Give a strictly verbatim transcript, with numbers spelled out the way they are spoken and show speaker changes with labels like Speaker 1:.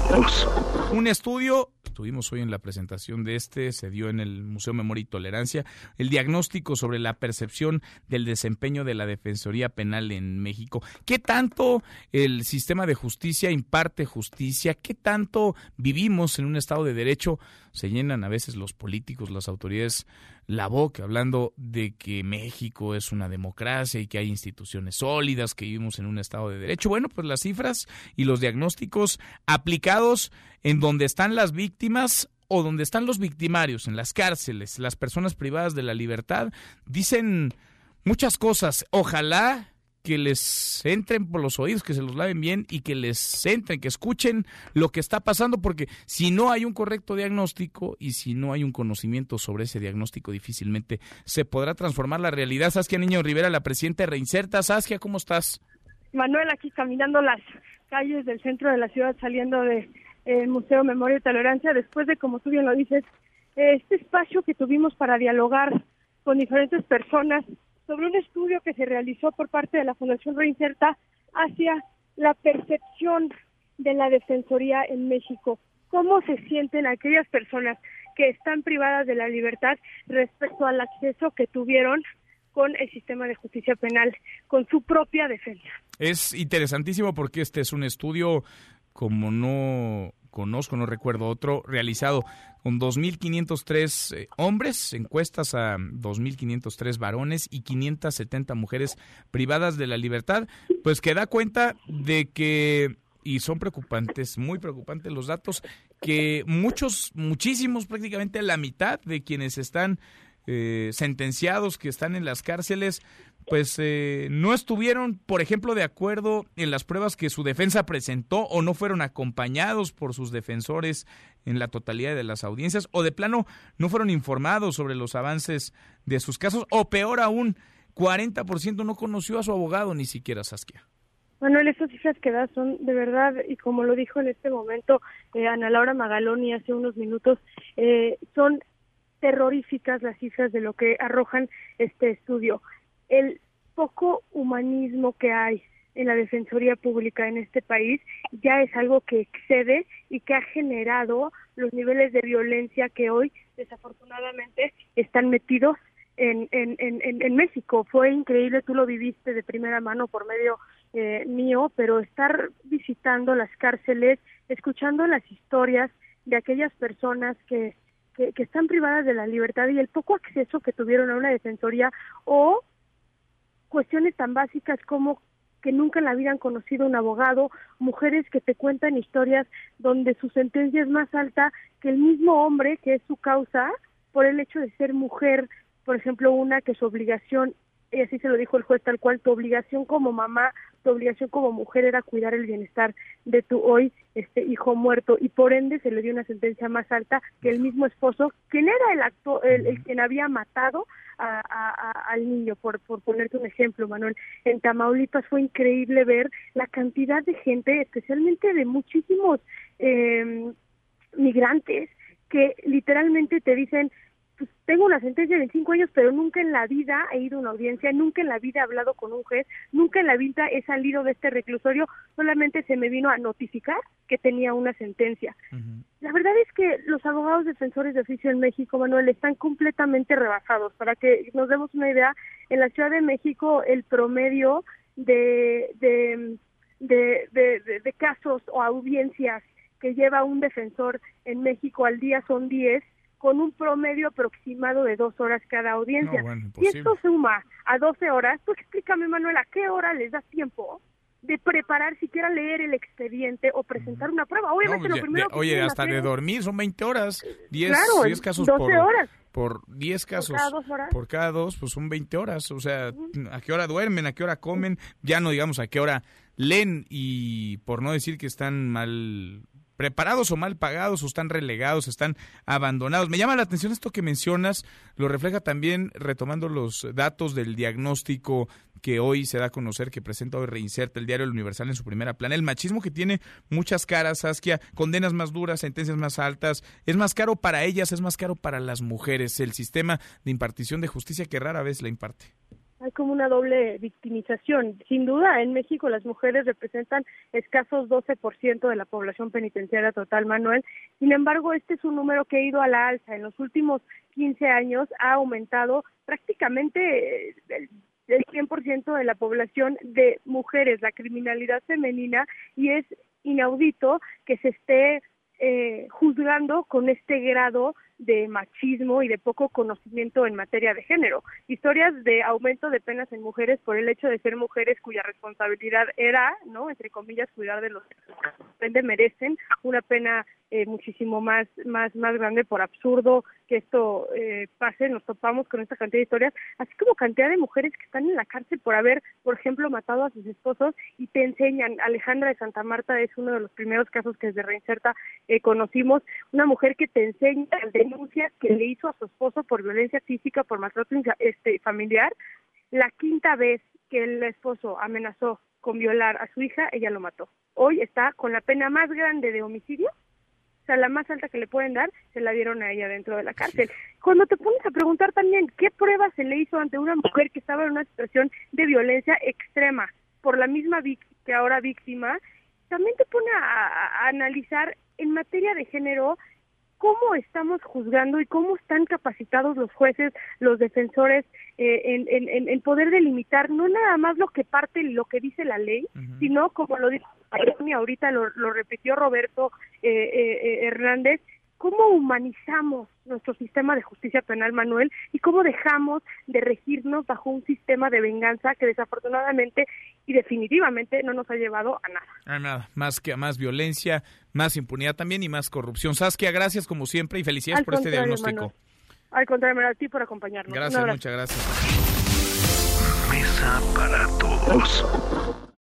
Speaker 1: nosotros.
Speaker 2: Un estudio, estuvimos hoy en la presentación de este, se dio en el Museo Memoria y Tolerancia, el diagnóstico sobre la percepción del desempeño de la Defensoría Penal en México. ¿Qué tanto el sistema de justicia imparte justicia? ¿Qué tanto vivimos en un Estado de Derecho? Se llenan a veces los políticos, las autoridades, la boca hablando de que México es una democracia y que hay instituciones sólidas, que vivimos en un Estado de Derecho. Bueno, pues las cifras y los diagnósticos aplicados en donde están las víctimas o donde están los victimarios, en las cárceles, las personas privadas de la libertad, dicen muchas cosas. Ojalá que les entren por los oídos, que se los laven bien y que les entren, que escuchen lo que está pasando, porque si no hay un correcto diagnóstico y si no hay un conocimiento sobre ese diagnóstico, difícilmente se podrá transformar la realidad. Saskia Niño Rivera, la presidenta de Reinserta. Saskia, ¿cómo estás?
Speaker 3: Manuel, aquí caminando las calles del centro de la ciudad, saliendo del de, Museo Memoria y Tolerancia, después de, como tú bien lo dices, este espacio que tuvimos para dialogar con diferentes personas sobre un estudio que se realizó por parte de la Fundación Reinserta hacia la percepción de la Defensoría en México. ¿Cómo se sienten aquellas personas que están privadas de la libertad respecto al acceso que tuvieron con el sistema de justicia penal, con su propia defensa?
Speaker 2: Es interesantísimo porque este es un estudio, como no conozco, no recuerdo otro, realizado con dos mil quinientos tres eh, hombres, encuestas a dos mil quinientos tres varones y quinientas setenta mujeres privadas de la libertad, pues que da cuenta de que, y son preocupantes, muy preocupantes los datos, que muchos, muchísimos, prácticamente la mitad de quienes están eh, sentenciados, que están en las cárceles, pues eh, no estuvieron, por ejemplo, de acuerdo en las pruebas que su defensa presentó o no fueron acompañados por sus defensores en la totalidad de las audiencias, o de plano no fueron informados sobre los avances de sus casos, o peor aún, cuarenta por ciento no conoció a su abogado ni siquiera, Saskia.
Speaker 3: Manuel, estas cifras que das son de verdad, y como lo dijo en este momento eh, Ana Laura Magaloni hace unos minutos, eh, son terroríficas las cifras de lo que arrojan este estudio. El poco humanismo que hay en la Defensoría Pública en este país ya es algo que excede y que ha generado los niveles de violencia que hoy desafortunadamente están metidos en, en, en, en México. Fue increíble, tú lo viviste de primera mano por medio eh, mío, pero estar visitando las cárceles, escuchando las historias de aquellas personas que, que, que están privadas de la libertad y el poco acceso que tuvieron a una defensoría, o cuestiones tan básicas como que nunca en la vida han conocido un abogado, mujeres que te cuentan historias donde su sentencia es más alta que el mismo hombre, que es su causa, por el hecho de ser mujer. Por ejemplo, una que su obligación, y así se lo dijo el juez tal cual, tu obligación como mamá, tu obligación como mujer era cuidar el bienestar de tu hoy este hijo muerto, y por ende se le dio una sentencia más alta que el mismo esposo, quien era el acto, el, el quien había matado a, a, a, al niño, por, por ponerte un ejemplo, Manuel. En Tamaulipas fue increíble ver la cantidad de gente, especialmente de muchísimos eh, migrantes, que literalmente te dicen, pues tengo una sentencia de veinticinco años, pero nunca en la vida he ido a una audiencia, nunca en la vida he hablado con un juez, nunca en la vida he salido de este reclusorio, solamente se me vino a notificar que tenía una sentencia. Uh-huh. La verdad es que los abogados defensores de oficio en México, Manuel, están completamente rebasados. Para que nos demos una idea, en la Ciudad de México el promedio de, de, de, de, de, de casos o audiencias que lleva un defensor en México al día son diez, con un promedio aproximado de dos horas cada audiencia. No, bueno, si esto suma a doce horas, pues explícame, Manuel, ¿a qué hora les das tiempo de preparar, siquiera leer el expediente o presentar una prueba? Obviamente
Speaker 2: no,
Speaker 3: lo primero
Speaker 2: de, que Oye, hasta de dormir son veinte horas, diez,
Speaker 3: claro,
Speaker 2: diez casos
Speaker 3: doce
Speaker 2: por,
Speaker 3: horas.
Speaker 2: por diez casos.
Speaker 3: Por cada dos horas.
Speaker 2: Por cada dos, pues son veinte horas. O sea, uh-huh. ¿A qué hora duermen? ¿A qué hora comen? Ya no digamos a qué hora leen, y por no decir que están mal preparados o mal pagados, o están relegados, están abandonados. Me llama la atención esto que mencionas, lo refleja también, retomando los datos del diagnóstico que hoy se da a conocer, que presenta hoy Reinserta, el diario El Universal, en su primera plana. El machismo, que tiene muchas caras, Saskia, condenas más duras, sentencias más altas, es más caro para ellas, es más caro para las mujeres, el sistema de impartición de justicia que rara vez la imparte.
Speaker 3: hay como una doble victimización. Sin duda, en México las mujeres representan escasos doce por ciento de la población penitenciaria total, Manuel. Sin embargo, este es un número que ha ido a la alza. En los últimos quince años ha aumentado prácticamente el, el cien por ciento de la población de mujeres, la criminalidad femenina, y es inaudito que se esté eh, juzgando con este grado de machismo y de poco conocimiento en materia de género. Historias de aumento de penas en mujeres por el hecho de ser mujeres cuya responsabilidad era, ¿no?, entre comillas, cuidar de los que merecen una pena eh, muchísimo más más más grande. Por absurdo que esto eh, pase, nos topamos con esta cantidad de historias, así como cantidad de mujeres que están en la cárcel por haber, por ejemplo, matado a sus esposos, y te enseñan. Alejandra de Santa Marta es uno de los primeros casos que desde Reinserta eh, conocimos, una mujer que te enseña denuncias que le hizo a su esposo por violencia física, por maltrato este, familiar. La quinta vez que el esposo amenazó con violar a su hija, ella lo mató. Hoy está con la pena más grande de homicidio, o sea, la más alta que le pueden dar, se la dieron a ella dentro de la cárcel. Sí. Cuando te pones a preguntar también qué pruebas se le hizo ante una mujer que estaba en una situación de violencia extrema por la misma víctima, que ahora víctima, también te pone a, a, a analizar en materia de género cómo estamos juzgando y cómo están capacitados los jueces, los defensores, eh, en, en, en poder delimitar no nada más lo que parte, lo que dice la ley, uh-huh. sino, como lo dijo ahorita, lo, lo repitió Roberto eh, eh, Hernández, cómo humanizamos nuestro sistema de justicia penal, Manuel, y cómo dejamos de regirnos bajo un sistema de venganza que desafortunadamente y definitivamente no nos ha llevado a nada.
Speaker 2: A nada, más que a más violencia, más impunidad también y más corrupción. Saskia, gracias como siempre y felicidades
Speaker 3: Al
Speaker 2: por este diagnóstico.
Speaker 3: Manuel. Al contrario, a ti por acompañarnos.
Speaker 2: Gracias, muchas gracias.
Speaker 1: Mesa para todos.